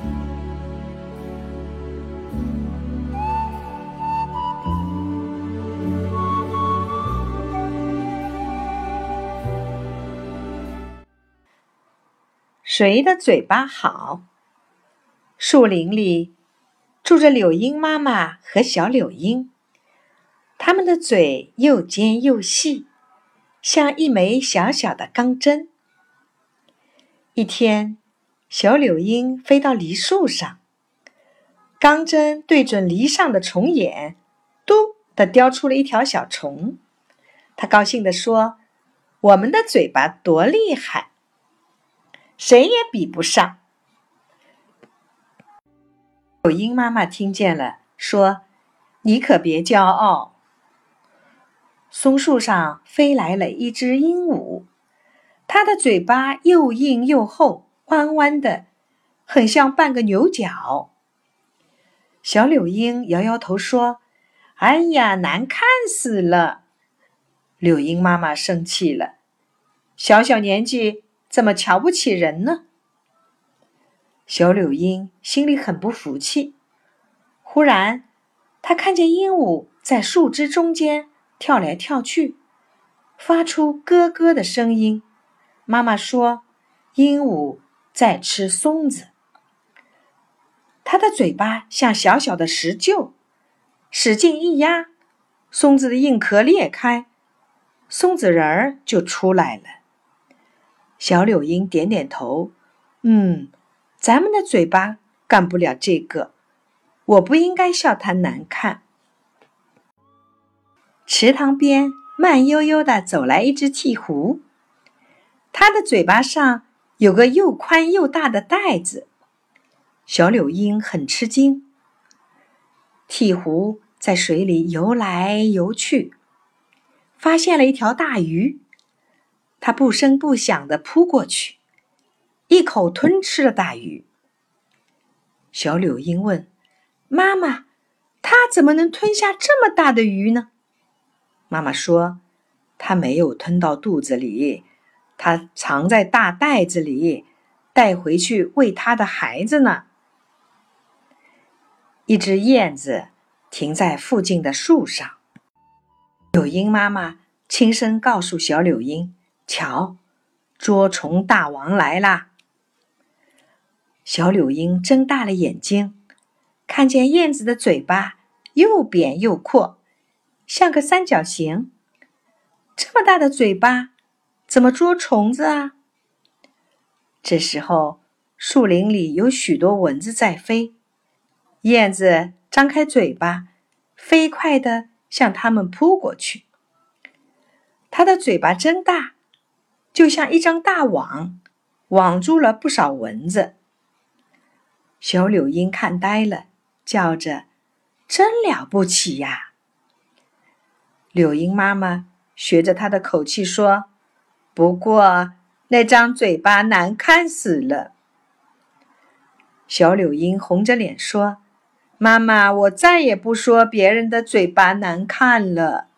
谁的嘴巴好？树林里住着柳莺妈妈和小柳莺，它们的嘴又尖又细，像一枚小小的钢针。一天，小柳莺飞到梨树上，钢针对准梨上的虫眼，嘟地叼出了一条小虫。它高兴地说：“我们的嘴巴多厉害，谁也比不上。”柳莺妈妈听见了，说：“你可别骄傲。”松树上飞来了一只鹦鹉，它的嘴巴又硬又厚，弯弯的，很像半个牛角。小柳莺摇摇头说：“哎呀，难看死了！”柳莺妈妈生气了：“小小年纪怎么瞧不起人呢？”小柳莺心里很不服气。忽然，它看见鹦鹉在树枝中间跳来跳去，发出咯咯的声音。妈妈说，鹦鹉在吃松子。它的嘴巴像小小的石臼，使劲一压，松子的硬壳裂开，松子仁儿就出来了。小柳莺点点头，咱们的嘴巴干不了这个，我不应该笑它难看。池塘边慢悠悠地走来一只鹈鹕，它的嘴巴上有个又宽又大的袋子。小柳莺很吃惊。鹈鹕在水里游来游去，发现了一条大鱼，它不声不响地扑过去，一口吞吃了大鱼。小柳莺问：“妈妈，它怎么能吞下这么大的鱼呢？”妈妈说：“它没有吞到肚子里，它藏在大袋子里，带回去喂它的孩子呢。”一只燕子停在附近的树上，柳莺妈妈轻声告诉小柳莺：“瞧，捉虫大王来啦！”小柳莺睁大了眼睛，看见燕子的嘴巴又扁又阔，像个三角形。这么大的嘴巴，怎么捉虫子啊？这时候，树林里有许多蚊子在飞，燕子张开嘴巴，飞快地向它们扑过去。它的嘴巴真大，就像一张大网，网住了不少蚊子。小柳莺看呆了，叫着：“真了不起呀！”柳莺妈妈学着它的口气说：“不过那张嘴巴难看死了。”小柳莺红着脸说：“妈妈，我再也不说别人的嘴巴难看了。”